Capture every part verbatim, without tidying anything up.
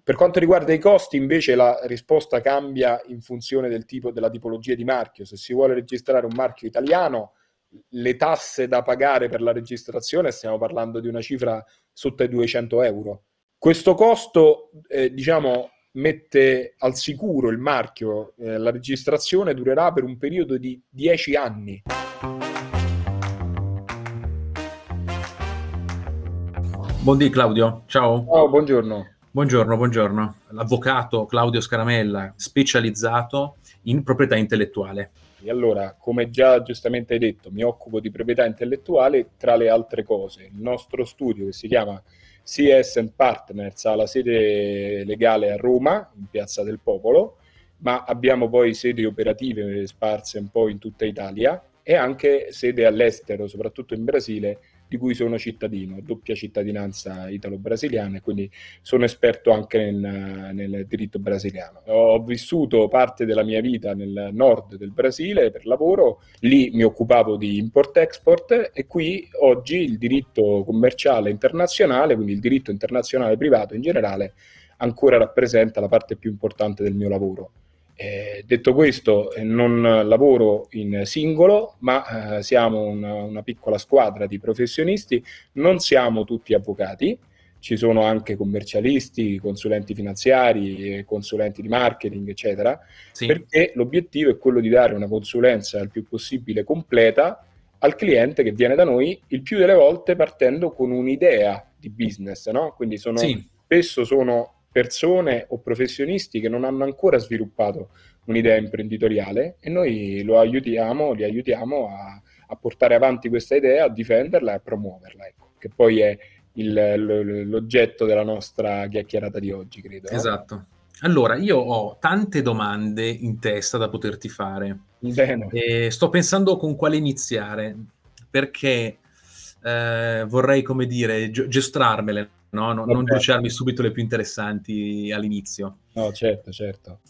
Per quanto riguarda i costi, invece, la risposta cambia in funzione del tipo, della tipologia di marchio. Se si vuole registrare un marchio italiano, le tasse da pagare per la registrazione, stiamo parlando di una cifra sotto ai duecento euro. Questo costo, eh, diciamo, mette al sicuro il marchio. Eh, la registrazione durerà per un periodo di dieci anni. Buondì Claudio, ciao. Oh, buongiorno. Buongiorno, buongiorno. L'avvocato Claudio Scaramella, specializzato in proprietà intellettuale. E allora, come già giustamente hai detto, mi occupo di proprietà intellettuale, tra le altre cose. Il nostro studio, che si chiama C S and Partners, ha la sede legale a Roma, in Piazza del Popolo, ma abbiamo poi sedi operative sparse un po' in tutta Italia e anche sede all'estero, soprattutto in Brasile, di cui sono cittadino, doppia cittadinanza italo-brasiliana, e quindi sono esperto anche nel, nel diritto brasiliano. Ho vissuto parte della mia vita nel nord del Brasile per lavoro, lì mi occupavo di import-export e qui oggi il diritto commerciale internazionale, quindi il diritto internazionale privato in generale, ancora rappresenta la parte più importante del mio lavoro. Eh, detto questo, eh, non lavoro in singolo, ma eh, siamo una, una piccola squadra di professionisti, non siamo tutti avvocati, ci sono anche commercialisti, consulenti finanziari, consulenti di marketing, eccetera, Sì. Perché l'obiettivo è quello di dare una consulenza il più possibile completa al cliente che viene da noi, il più delle volte partendo con un'idea di business, no? Quindi sono, Sì. spesso sono persone o professionisti che non hanno ancora sviluppato un'idea imprenditoriale e noi lo aiutiamo, li aiutiamo a, a portare avanti questa idea, a difenderla e a promuoverla, ecco, che poi è il, l'oggetto della nostra chiacchierata di oggi, credo. No? Esatto. Allora, io ho tante domande in testa da poterti fare. Bene. E sto pensando con quale iniziare, perché eh, vorrei, come dire, gi- giostrarmele, no? No- non bruciarmi subito le più interessanti all'inizio. No, certo, certo.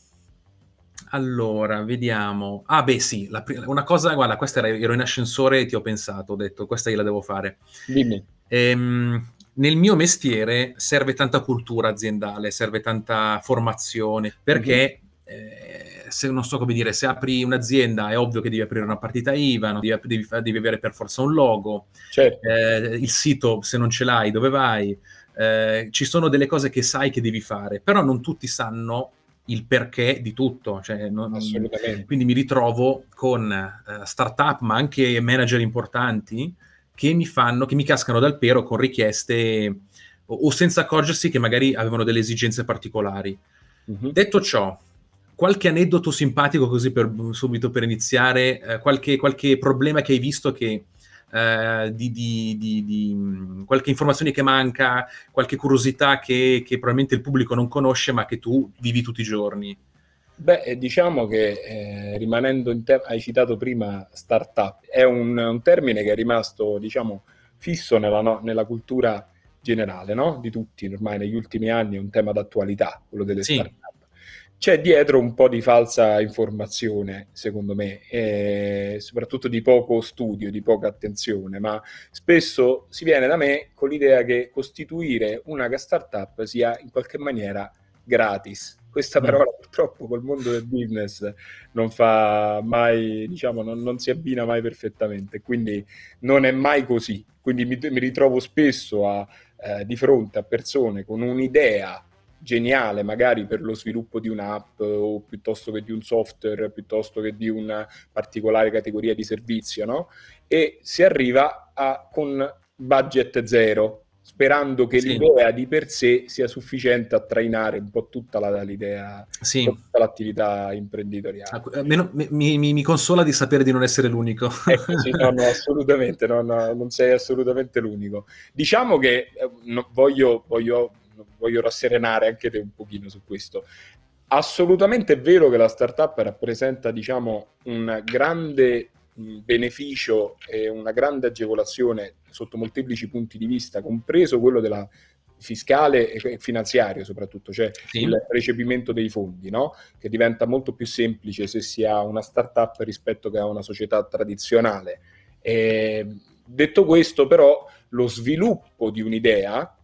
Allora, vediamo. Ah, beh, sì, la pri- una cosa, guarda, questa era, ero in ascensore e ti ho pensato, ho detto, questa io la devo fare. Dimmi. Ehm, nel mio mestiere serve tanta cultura aziendale, serve tanta formazione, perché eh, se non so come dire, se apri un'azienda è ovvio che devi aprire una partita I V A, no? devi, devi, devi avere per forza un logo, Certo. eh, il sito se non ce l'hai dove vai, eh, ci sono delle cose che sai che devi fare, però non tutti sanno il perché di tutto, cioè non, Assolutamente. quindi mi ritrovo con uh, startup ma anche manager importanti che mi fanno, che mi cascano dal pero con richieste o, o senza accorgersi che magari avevano delle esigenze particolari. Mm-hmm. Detto ciò, qualche aneddoto simpatico così per, subito per iniziare, eh, qualche, qualche problema che hai visto che Uh, di, di, di, di mh, qualche informazione che manca, qualche curiosità che, che probabilmente il pubblico non conosce ma che tu vivi tutti i giorni? Beh, diciamo che eh, rimanendo in tema, hai citato prima startup, è un, un termine che è rimasto, diciamo, fisso nella, no, nella cultura generale, no? Di tutti, ormai negli ultimi anni è un tema d'attualità, quello delle Sì. startup. C'è dietro un po' di falsa informazione, secondo me, e soprattutto di poco studio, di poca attenzione, ma spesso si viene da me con l'idea che costituire una startup sia in qualche maniera gratis. Questa parola mm. purtroppo col mondo del business non fa mai, diciamo, non, non si abbina mai perfettamente, quindi non è mai così. Quindi mi, mi ritrovo spesso a, eh, di fronte a persone con un'idea geniale magari per lo sviluppo di un'app o piuttosto che di un software, piuttosto che di una particolare categoria di servizio, no? E si arriva a, con budget zero, sperando che sì. l'idea di per sé sia sufficiente a trainare un po' tutta la, l'idea, sì. tutta l'attività imprenditoriale. Meno, mi, mi, mi consola di sapere di non essere l'unico. Ecco, sì, no, no, assolutamente, no, no, non sei assolutamente l'unico. Diciamo che eh, no, voglio, voglio voglio rasserenare anche te un pochino su questo. Assolutamente è vero che la startup rappresenta, diciamo, un grande mh, beneficio e una grande agevolazione sotto molteplici punti di vista, compreso quello della fiscale e finanziario soprattutto, cioè sì. il recepimento dei fondi, no? Che diventa molto più semplice se si ha una startup rispetto che a una società tradizionale. E, detto questo, però, lo sviluppo di un'idea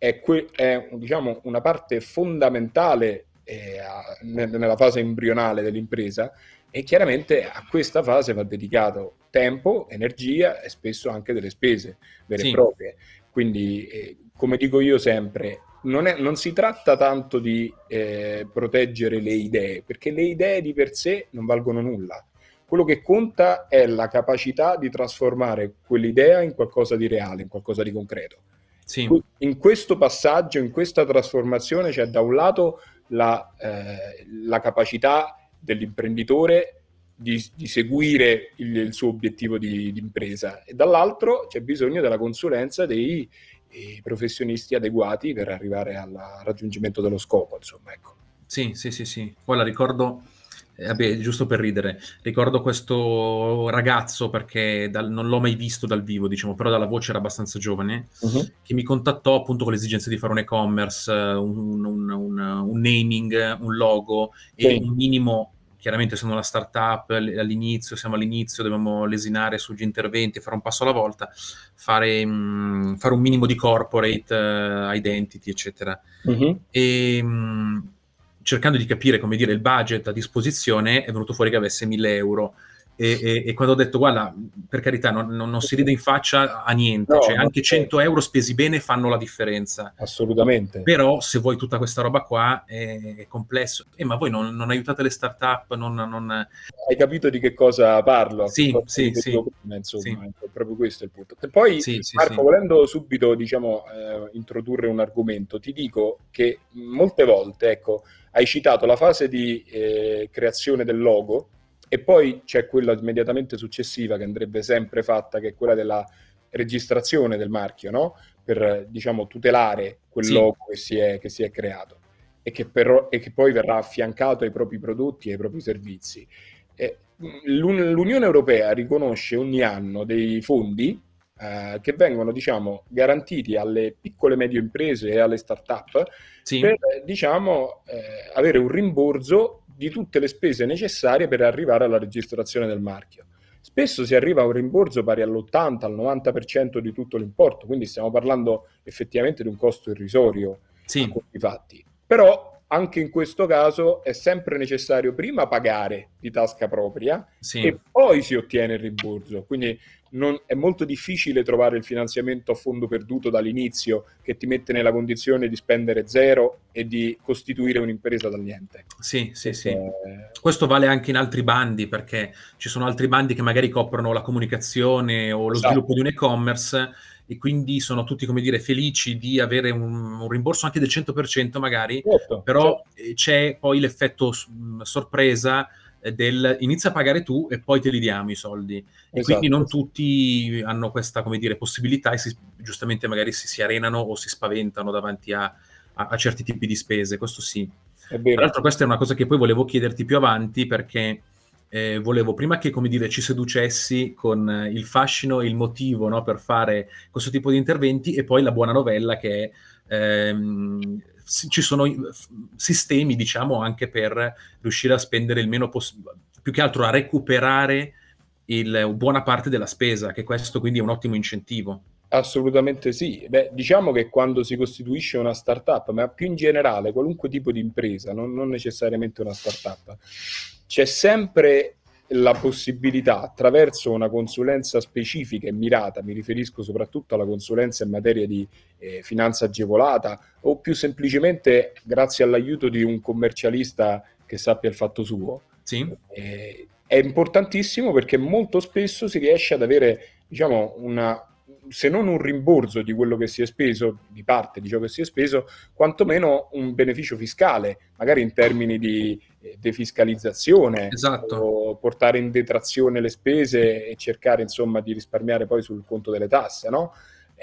è, que- è diciamo, una parte fondamentale eh, a- ne- nella fase embrionale dell'impresa, e chiaramente a questa fase va dedicato tempo, energia e spesso anche delle spese vere e Sì, proprie. Quindi, eh, come dico io sempre, non, è- non si tratta tanto di eh, proteggere le idee, perché le idee di per sé non valgono nulla. Quello che conta è la capacità di trasformare quell'idea in qualcosa di reale, in qualcosa di concreto. sì, In questo passaggio, in questa trasformazione, c'è da un lato la, eh, la capacità dell'imprenditore di, di seguire il, il suo obiettivo di, di impresa, e dall'altro c'è bisogno della consulenza dei, dei professionisti adeguati per arrivare al raggiungimento dello scopo, insomma, ecco. sì, sì, sì, sì. Guarda, ricordo, eh, vabbè, giusto per ridere, ricordo questo ragazzo, perché dal- non l'ho mai visto dal vivo, diciamo, però dalla voce era abbastanza giovane, Uh-huh. che mi contattò appunto con l'esigenza di fare un e-commerce, eh, un, un- un- un naming, un logo e Sì. un minimo, chiaramente essendo una startup all- all'inizio, siamo all'inizio, dobbiamo lesinare sugli interventi, fare un passo alla volta, fare, mh, fare un minimo di corporate eh, identity, eccetera. Uh-huh. E mh, cercando di capire, come dire, il budget a disposizione, è venuto fuori che avesse mille euro. E, e- e quando ho detto, guarda, per carità, non, non- non si ride in faccia a niente, No, cioè no, anche cento euro spesi bene fanno la differenza. assolutamente. Però se vuoi tutta questa roba qua è, è complesso. Eh, ma voi non, non aiutate le start-up? Non, non... Hai capito di che cosa parlo, a che Sì, cosa mi sì, sì, riferivo prima, sì, insomma, ecco, è proprio questo il punto. E poi, sì, sì, Marco, sì, volendo subito, diciamo, eh, introdurre un argomento, ti dico che molte volte, ecco, hai citato la fase di eh, creazione del logo, e poi c'è quella immediatamente successiva che andrebbe sempre fatta, che è quella della registrazione del marchio, no? Per, diciamo, tutelare quel sì, logo che si è, che si è creato, e che, però, e che poi verrà affiancato ai propri prodotti e ai propri servizi. Eh, l'Un- L'Unione Europea riconosce ogni anno dei fondi eh, che vengono, diciamo, garantiti alle piccole e medie imprese e alle start-up sì, per, eh, diciamo, eh, avere un rimborso di tutte le spese necessarie per arrivare alla registrazione del marchio. Spesso si arriva a un rimborso pari all'ottanta al novanta per cento di tutto l'importo, quindi stiamo parlando effettivamente di un costo irrisorio a sì, conti fatti. Però anche in questo caso è sempre necessario prima pagare di tasca propria sì. e poi si ottiene il rimborso. Quindi non, è molto difficile trovare il finanziamento a fondo perduto dall'inizio, che ti mette nella condizione di spendere zero e di costituire un'impresa dal niente. Sì, sì, Questo sì. è... Questo vale anche in altri bandi, perché ci sono altri bandi che magari coprono la comunicazione o lo sviluppo Esatto, di un e-commerce e quindi sono tutti, come dire, felici di avere un, un rimborso anche del cento per cento magari, certo, però certo, eh, c'è poi l'effetto s- mh, sorpresa eh, del inizia a pagare tu e poi te li diamo i soldi. E quindi esatto, non tutti hanno questa, come dire, possibilità e si- giustamente magari si, si arenano o si spaventano davanti a, a- a certi tipi di spese, questo sì. è Tra vero. l'altro questa è una cosa che poi volevo chiederti più avanti perché eh, volevo prima che, come dire, ci seducessi con eh, il fascino e il motivo, no, per fare questo tipo di interventi e poi la buona novella che è, ehm, si- ci sono i- f- sistemi, diciamo, anche per riuscire a spendere il meno possibile, più che altro a recuperare il- buona parte della spesa, che questo quindi è un ottimo incentivo. Assolutamente sì. Beh, diciamo che quando si costituisce una startup, ma più in generale qualunque tipo di impresa, non, non necessariamente una startup, c'è sempre la possibilità, attraverso una consulenza specifica e mirata, mi riferisco soprattutto alla consulenza in materia di eh, finanza agevolata, o più semplicemente grazie all'aiuto di un commercialista che sappia il fatto suo. Sì? Eh, è importantissimo perché molto spesso si riesce ad avere, diciamo, una, se non un rimborso di quello che si è speso, di parte di ciò che si è speso, quantomeno un beneficio fiscale, magari in termini di eh, defiscalizzazione, Esatto. o portare in detrazione le spese e cercare, insomma, di risparmiare poi sul conto delle tasse, no?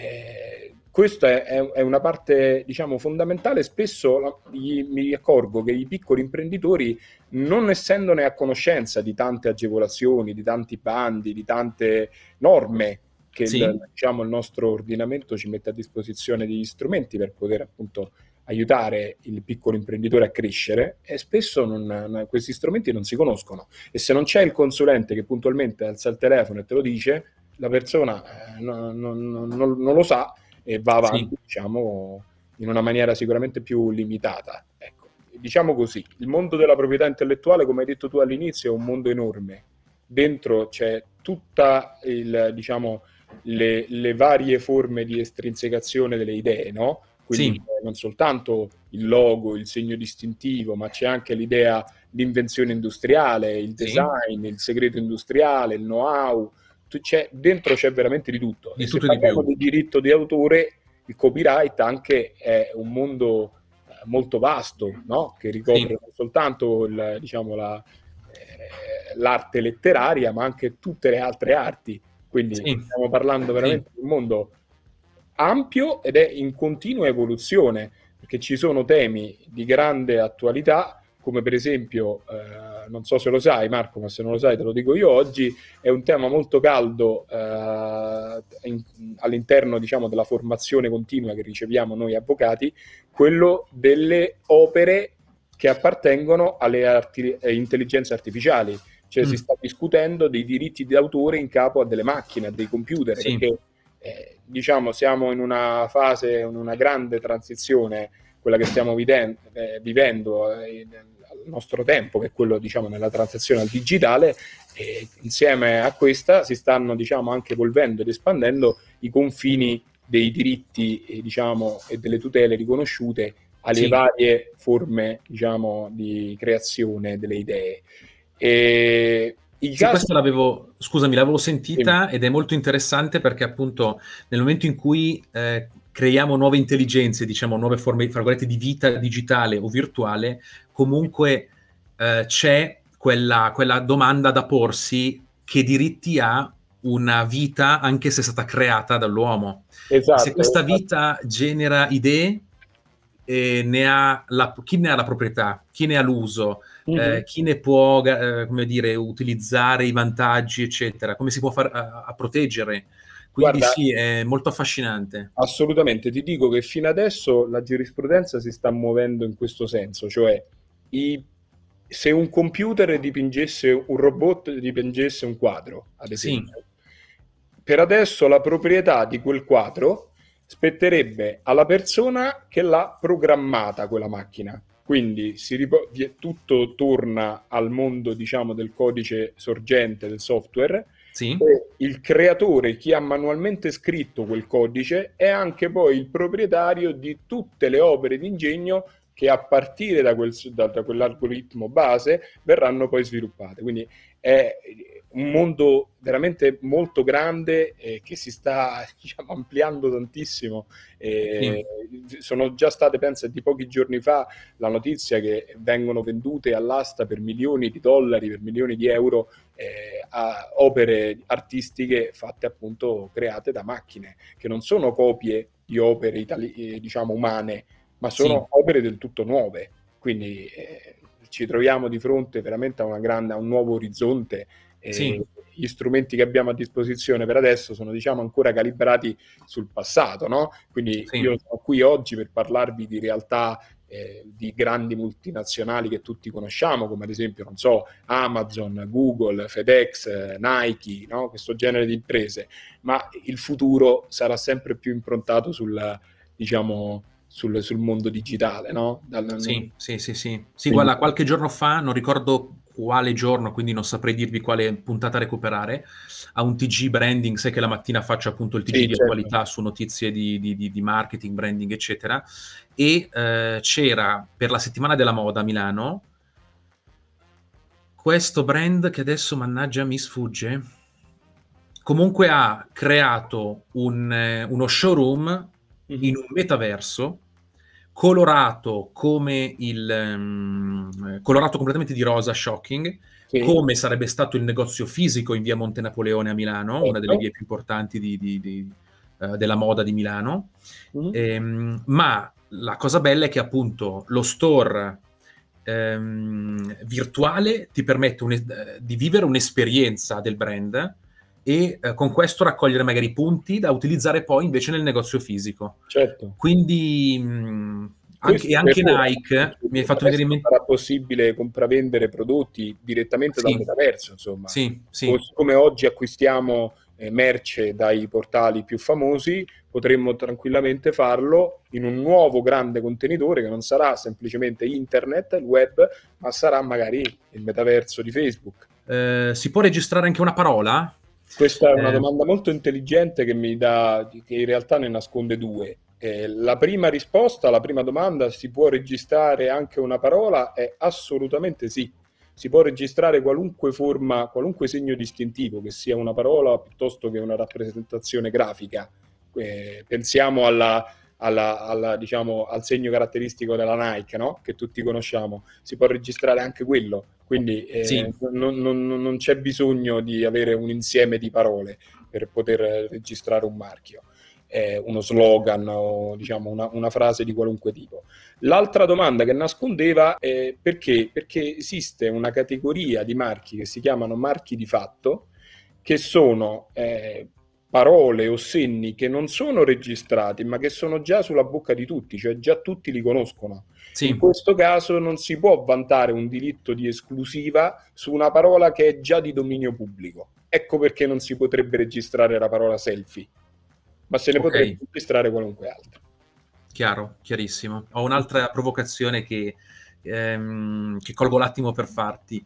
Eh, questa è, è una parte, diciamo, fondamentale. Spesso la- gli- mi accorgo che i piccoli imprenditori, non essendone a conoscenza di tante agevolazioni, di tanti bandi, di tante norme che Sì? il, diciamo, il nostro ordinamento ci mette a disposizione, degli strumenti per poter appunto aiutare il piccolo imprenditore a crescere, e spesso non, questi strumenti non si conoscono, e se non c'è il consulente che puntualmente alza il telefono e te lo dice, la persona eh, non, non, non, non lo sa e va Sì. avanti, diciamo, in una maniera sicuramente più limitata. Ecco, diciamo così, il mondo della proprietà intellettuale, come hai detto tu all'inizio, è un mondo enorme. Dentro c'è tutta il, diciamo, le, le varie forme di estrinsecazione delle idee, no? Quindi Sì, non soltanto il logo, il segno distintivo, ma c'è anche l'idea di invenzione industriale, il sì, design, il segreto industriale, il know-how. Tu- c'è- dentro c'è veramente di tutto. E di se tutto e di parliamo più. di diritto di autore, il copyright anche è un mondo eh, molto vasto, no? Che ricopre Sì, non soltanto il, diciamo, la, eh, l'arte letteraria, ma anche tutte le altre arti. Quindi sì, stiamo parlando sì. veramente di un mondo ampio ed è in continua evoluzione, perché ci sono temi di grande attualità, come per esempio, eh, non so se lo sai Marco, ma se non lo sai te lo dico io oggi, è un tema molto caldo eh, in, all'interno, diciamo, della formazione continua che riceviamo noi avvocati, quello delle opere che appartengono alle arti- eh, intelligenze artificiali. Cioè si Mm, sta discutendo dei diritti d'autore in capo a delle macchine, a dei computer, sì, perché eh, diciamo siamo in una fase, in una grande transizione, quella che stiamo viden- eh, vivendo eh, al nostro tempo, che è quello, diciamo, nella transizione al digitale, e insieme a questa si stanno, diciamo, anche evolvendo ed espandendo i confini dei diritti eh, diciamo, e delle tutele riconosciute alle sì. varie forme, diciamo, di creazione delle idee. E i Sì, casi... questa l'avevo, scusami, l'avevo Dimmi. sentita ed è molto interessante perché appunto nel momento in cui eh, creiamo nuove intelligenze, diciamo nuove forme, fra virgolette, di vita digitale o virtuale, comunque eh, c'è quella, quella domanda da porsi: che diritti ha una vita anche se è stata creata dall'uomo? E se Esatto, questa esatto. vita genera idee, eh, ne ha la, chi ne ha la proprietà, chi ne ha l'uso, Mhm. eh, chi ne può, eh, come dire, utilizzare i vantaggi, eccetera, come si può fare a, a proteggere. Quindi Guarda, sì, è molto affascinante. assolutamente, ti dico che fino adesso la giurisprudenza si sta muovendo in questo senso, cioè i- se un computer dipingesse, un robot dipingesse un quadro, ad Sì, esempio, per adesso la proprietà di quel quadro spetterebbe alla persona che l'ha programmata quella macchina. Quindi si ripo- vi- tutto torna al mondo, diciamo, del codice sorgente del software, sì, e il creatore, chi ha manualmente scritto quel codice, è anche poi il proprietario di tutte le opere di ingegno che a partire da, quel, da, da quell'algoritmo base verranno poi sviluppate. Quindi è un mondo veramente molto grande eh, che si sta, diciamo, ampliando tantissimo. sì, Eh, sono già state, penso, di pochi giorni fa la notizia che vengono vendute all'asta per milioni di dollari, per milioni di euro, eh, a opere artistiche fatte appunto create da macchine, che non sono copie di opere itali- eh, diciamo umane, ma sì, sono opere del tutto nuove. Quindi eh, ci troviamo di fronte veramente a, una grande, a un nuovo orizzonte. sì, E gli strumenti che abbiamo a disposizione per adesso sono, diciamo, ancora calibrati sul passato, no? Quindi sì, io sono qui oggi per parlarvi di realtà eh, di grandi multinazionali che tutti conosciamo, come ad esempio, non so, Amazon, Google, FedEx, eh, Nike, no? Questo genere di imprese, ma il futuro sarà sempre più improntato sul, diciamo, sul, sul mondo digitale, no? Dal, sì, sì, sì, sì. Sì, quindi, guarda, qualche giorno fa, non ricordo quale giorno, quindi non saprei dirvi quale puntata recuperare, a un T G branding, sai che la mattina faccio appunto il T G sì, di certo. attualità su notizie di, di- di- di marketing, branding, eccetera, e eh, c'era per la settimana della moda a Milano questo brand che adesso, mannaggia, mi sfugge. Comunque ha creato un, eh, uno showroom in Mhm. un metaverso colorato come il ehm, colorato completamente di rosa, shocking, Sì, come sarebbe stato il negozio fisico in via Monte Napoleone a Milano, una delle certo. vie più importanti di- di- di, eh, della moda di Milano. Mhm. Ehm, ma la cosa bella è che appunto lo store ehm, virtuale ti permette un- eh, di vivere un'esperienza del brand e eh, con questo raccogliere magari punti da utilizzare poi invece nel negozio fisico. Certo. Quindi mh, anche, e Questo per anche ora, Nike mi hai fatto venire adesso in mente. sarà possibile compravendere prodotti direttamente dal Sì, metaverso, insomma. sì, Co- sì, Come oggi acquistiamo eh, merce dai portali più famosi, potremmo tranquillamente farlo in un nuovo grande contenitore che non sarà semplicemente internet, il web, ma sarà magari il metaverso di Facebook. Eh, si può registrare anche una parola? Questa è una Eh, domanda molto intelligente che mi dà, che in realtà ne nasconde due. Eh, la prima risposta, la prima domanda, si può registrare anche una parola? È assolutamente sì. Si può registrare qualunque forma, qualunque segno distintivo, che sia una parola piuttosto che una rappresentazione grafica. Eh, pensiamo alla, alla, alla, diciamo, al segno caratteristico della Nike, no? Che tutti conosciamo. Si può registrare anche quello. Quindi eh, sì. non, non, non c'è bisogno di avere un insieme di parole per poter registrare un marchio, eh, uno slogan o diciamo una, una frase di qualunque tipo. L'altra domanda che nascondeva è perché? Perché esiste una categoria di marchi che si chiamano marchi di fatto, che sono eh, parole o segni che non sono registrati, ma che sono già sulla bocca di tutti, cioè già tutti li conoscono. Sì. In questo caso non si può vantare un diritto di esclusiva su una parola che è già di dominio pubblico. Ecco perché non si potrebbe registrare la parola selfie, ma se ne Ok. potrebbe registrare qualunque altra. Chiaro, chiarissimo. Ho un'altra provocazione che, ehm, che colgo l'attimo per farti.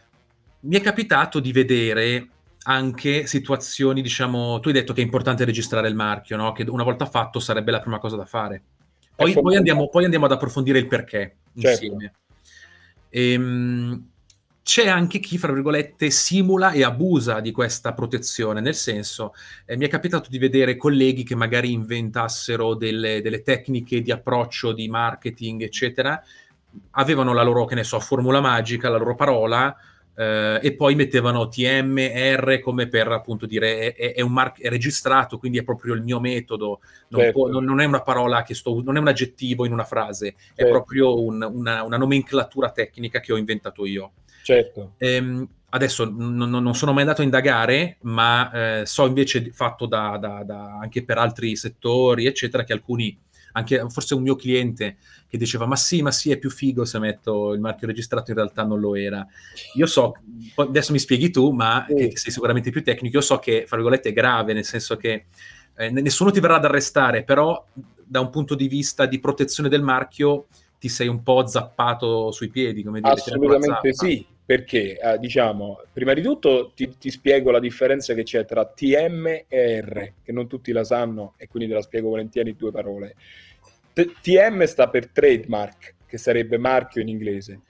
Mi è capitato di vedere anche situazioni, diciamo, tu hai detto che è importante registrare il marchio, no? Che una volta fatto sarebbe la prima cosa da fare. Poi, poi, andiamo, poi andiamo ad approfondire il perché insieme. Certo. Ehm, c'è anche chi, fra virgolette, simula e abusa di questa protezione, nel senso, eh, mi è capitato di vedere colleghi che magari inventassero delle, delle tecniche di approccio, di marketing, eccetera, avevano la loro, che ne so, formula magica, la loro parola, eh, e poi mettevano T M R come per appunto dire è, è un marchio, è registrato, quindi è proprio il mio metodo, non, certo. può, non, non è una parola che sto, non è un aggettivo in una frase, certo. È proprio un, una, una nomenclatura tecnica che ho inventato io. Certo. Ehm, adesso n- n- non sono mai andato a indagare, ma eh, so invece fatto da, da, da, anche per altri settori, eccetera, che alcuni, anche forse un mio cliente che diceva ma sì, ma sì, è più figo se metto il marchio registrato, in realtà non lo era. Io so, adesso mi spieghi tu, ma sì. che, che sei sicuramente più tecnico, io so che, fra virgolette, è grave, nel senso che eh, nessuno ti verrà ad arrestare, però da un punto di vista di protezione del marchio ti sei un po' zappato sui piedi, come dire. Assolutamente sì, perché eh, diciamo, prima di tutto ti, ti spiego la differenza che c'è tra T M e R, che non tutti la sanno e quindi te la spiego volentieri in due parole. T- T M sta per trademark, che sarebbe marchio in inglese.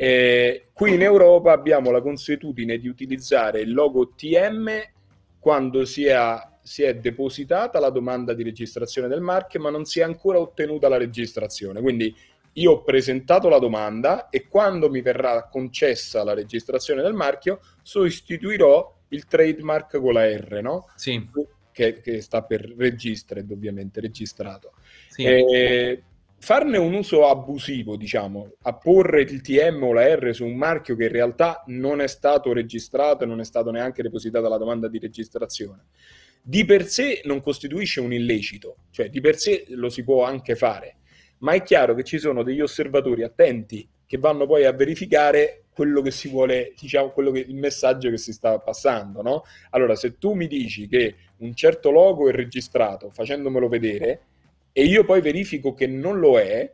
E qui in Europa abbiamo la consuetudine di utilizzare il logo T M quando si è, si è depositata la domanda di registrazione del marchio, ma non si è ancora ottenuta la registrazione. Quindi io ho presentato la domanda e quando mi verrà concessa la registrazione del marchio sostituirò il trademark con la R, no? Sì. Che, che sta per registered, ovviamente, registrato. Sì. E farne un uso abusivo, diciamo, apporre il T M o la R su un marchio che in realtà non è stato registrato e non è stato neanche depositata la domanda di registrazione, di per sé non costituisce un illecito, cioè di per sé lo si può anche fare. Ma è chiaro che ci sono degli osservatori attenti che vanno poi a verificare quello che si vuole, diciamo, quello che, il messaggio che si sta passando, no? Allora, se tu mi dici che un certo logo è registrato facendomelo vedere e io poi verifico che non lo è,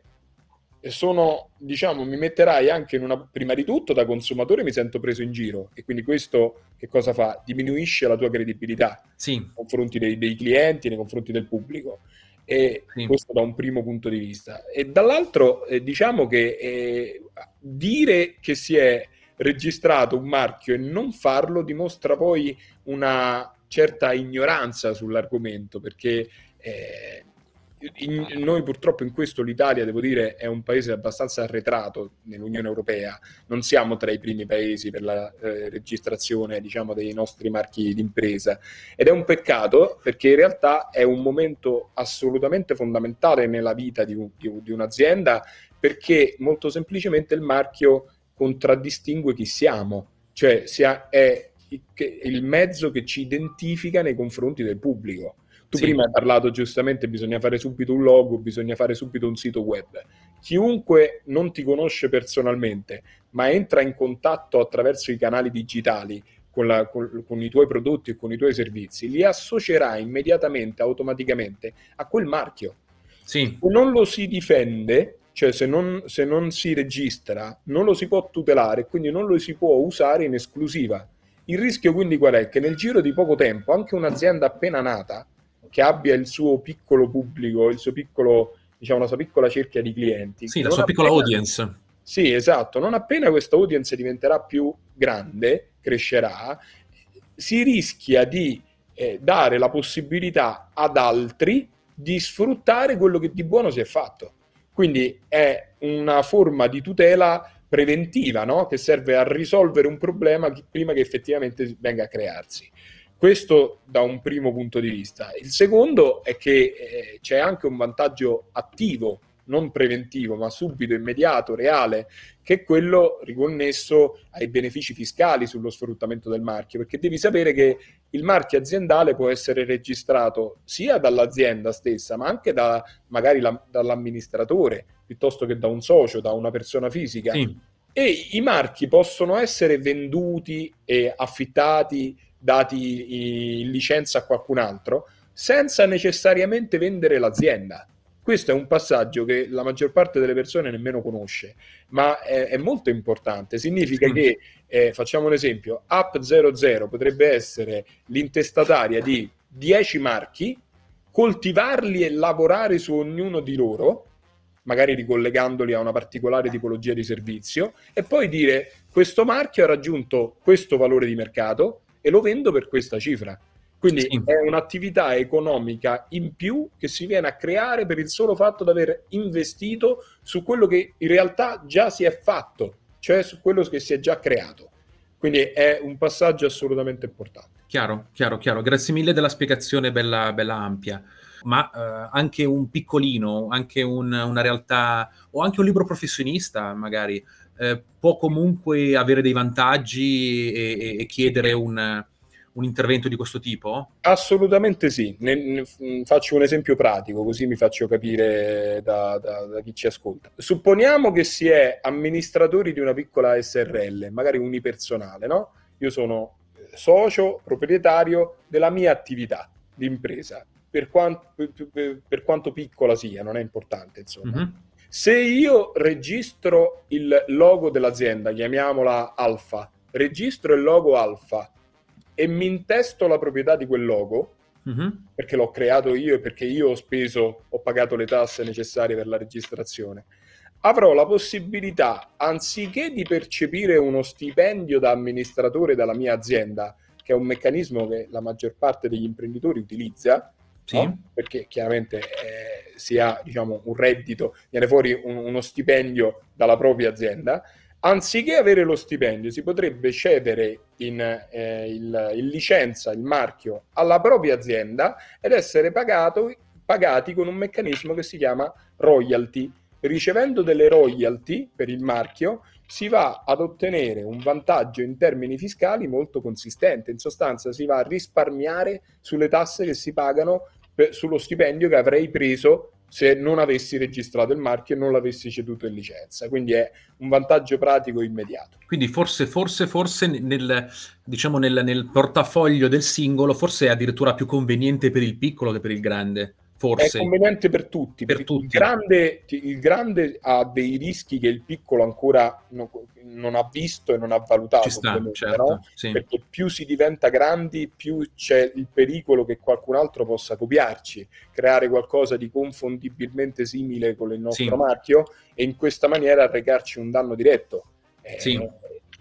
sono, diciamo, mi metterai anche in una, prima di tutto da consumatore mi sento preso in giro e quindi questo che cosa fa? Diminuisce la tua credibilità sì. nei confronti dei, dei clienti, nei confronti del pubblico. E sì. Questo da un primo punto di vista. E dall'altro eh, diciamo che eh, dire che si è registrato un marchio e non farlo dimostra poi una certa ignoranza sull'argomento, perché eh, in, noi purtroppo in questo l'Italia, devo dire, è un paese abbastanza arretrato nell'Unione Europea, non siamo tra i primi paesi per la eh, registrazione, diciamo, dei nostri marchi d'impresa, ed è un peccato perché in realtà è un momento assolutamente fondamentale nella vita di, un, di, di un'azienda, perché molto semplicemente il marchio contraddistingue chi siamo, cioè sia, è il mezzo che ci identifica nei confronti del pubblico. Tu sì. Prima hai parlato giustamente, bisogna fare subito un logo, bisogna fare subito un sito web. Chiunque non ti conosce personalmente, ma entra in contatto attraverso i canali digitali con, la, con, con i tuoi prodotti e con i tuoi servizi, li associerai immediatamente, automaticamente a quel marchio. Sì. Se non lo si difende, cioè se non, se non si registra, non lo si può tutelare, quindi non lo si può usare in esclusiva. Il rischio quindi qual è? Che nel giro di poco tempo anche un'azienda appena nata, che abbia il suo piccolo pubblico, il suo piccolo, diciamo, la sua piccola cerchia di clienti. Sì, la sua appena, piccola audience. Sì, esatto. Non appena questa audience diventerà più grande, crescerà, si rischia di eh, dare la possibilità ad altri di sfruttare quello che di buono si è fatto. Quindi è una forma di tutela preventiva, no? Che serve a risolvere un problema prima che effettivamente venga a crearsi. Questo da un primo punto di vista. Il secondo è che eh, c'è anche un vantaggio attivo, non preventivo, ma subito, immediato, reale, che è quello riconnesso ai benefici fiscali sullo sfruttamento del marchio, perché devi sapere che il marchio aziendale può essere registrato sia dall'azienda stessa, ma anche da magari la, dall'amministratore, piuttosto che da un socio, da una persona fisica. Sì. E i marchi possono essere venduti e affittati, dati in licenza a qualcun altro, senza necessariamente vendere l'azienda. Questo è un passaggio che la maggior parte delle persone nemmeno conosce, ma è, è molto importante. Significa sì. che, eh, facciamo un esempio, App zero zero potrebbe essere l'intestataria di dieci marchi, coltivarli e lavorare su ognuno di loro, magari ricollegandoli a una particolare tipologia di servizio, e poi dire: questo marchio ha raggiunto questo valore di mercato e lo vendo per questa cifra. Quindi sì. è un'attività economica in più che si viene a creare per il solo fatto di aver investito su quello che in realtà già si è fatto, cioè su quello che si è già creato. Quindi è un passaggio assolutamente importante. Chiaro, chiaro, chiaro. Grazie mille della spiegazione bella, bella ampia. Ma eh, anche un piccolino, anche un, una realtà, o anche un libro professionista magari, eh, può comunque avere dei vantaggi e, e chiedere un... un intervento di questo tipo? Assolutamente sì. Ne, ne, faccio un esempio pratico, così mi faccio capire da, da, da chi ci ascolta. Supponiamo che si è amministratori di una piccola S R L, magari unipersonale, no? Io sono socio, proprietario della mia attività di impresa, per quanto, per, per quanto piccola sia, non è importante, insomma. Mm-hmm. Se io registro il logo dell'azienda, chiamiamola Alfa, registro il logo Alfa, e mi intesto la proprietà di quel logo, mm-hmm. perché l'ho creato io e perché io ho speso, ho pagato le tasse necessarie per la registrazione, avrò la possibilità, anziché di percepire uno stipendio da amministratore dalla mia azienda, che è un meccanismo che la maggior parte degli imprenditori utilizza, sì. no? Perché chiaramente eh, si ha, diciamo, un reddito, viene fuori un, uno stipendio dalla propria azienda. Anziché avere lo stipendio, si potrebbe cedere in, eh, il, in licenza il marchio alla propria azienda ed essere pagato, pagati con un meccanismo che si chiama royalty. Ricevendo delle royalty per il marchio si va ad ottenere un vantaggio in termini fiscali molto consistente. In sostanza si va a risparmiare sulle tasse che si pagano per, sullo stipendio che avrei preso se non avessi registrato il marchio e non l'avessi ceduto in licenza. Quindi è un vantaggio pratico immediato. Quindi forse, forse, forse nel, diciamo nel, nel portafoglio del singolo, forse è addirittura più conveniente per il piccolo che per il grande. Forse. È conveniente per tutti. Per tutti. Il grande, il grande ha dei rischi che il piccolo ancora non, non ha visto e non ha valutato. Ci sta, certo, no? Sì. Perché più si diventa grandi, più c'è il pericolo che qualcun altro possa copiarci, creare qualcosa di confondibilmente simile con il nostro sì. marchio e in questa maniera arrecarci un danno diretto. Sì. Eh,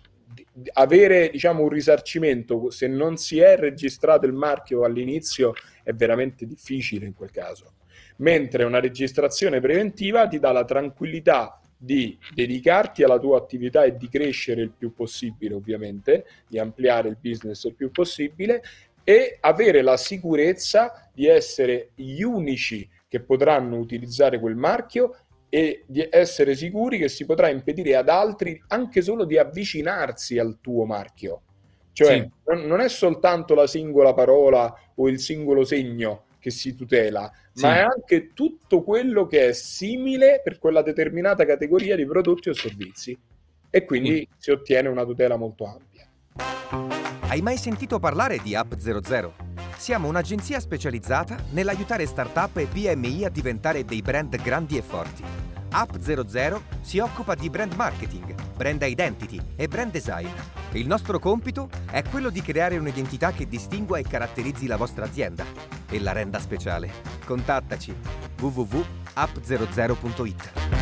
avere, diciamo, un risarcimento se non si è registrato il marchio all'inizio è veramente difficile in quel caso, mentre una registrazione preventiva ti dà la tranquillità di dedicarti alla tua attività e di crescere il più possibile, ovviamente, di ampliare il business il più possibile e avere la sicurezza di essere gli unici che potranno utilizzare quel marchio e di essere sicuri che si potrà impedire ad altri anche solo di avvicinarsi al tuo marchio. Cioè sì. non, non è soltanto la singola parola o il singolo segno che si tutela, sì. ma è anche tutto quello che è simile per quella determinata categoria di prodotti o servizi. E quindi sì. si ottiene una tutela molto ampia. Hai mai sentito parlare di App zero zero? Siamo un'agenzia specializzata nell'aiutare start-up e P M I a diventare dei brand grandi e forti. App zero zero si occupa di brand marketing, brand identity e brand design. Il nostro compito è quello di creare un'identità che distingua e caratterizzi la vostra azienda e la renda speciale. Contattaci w w w punto app zero zero punto it.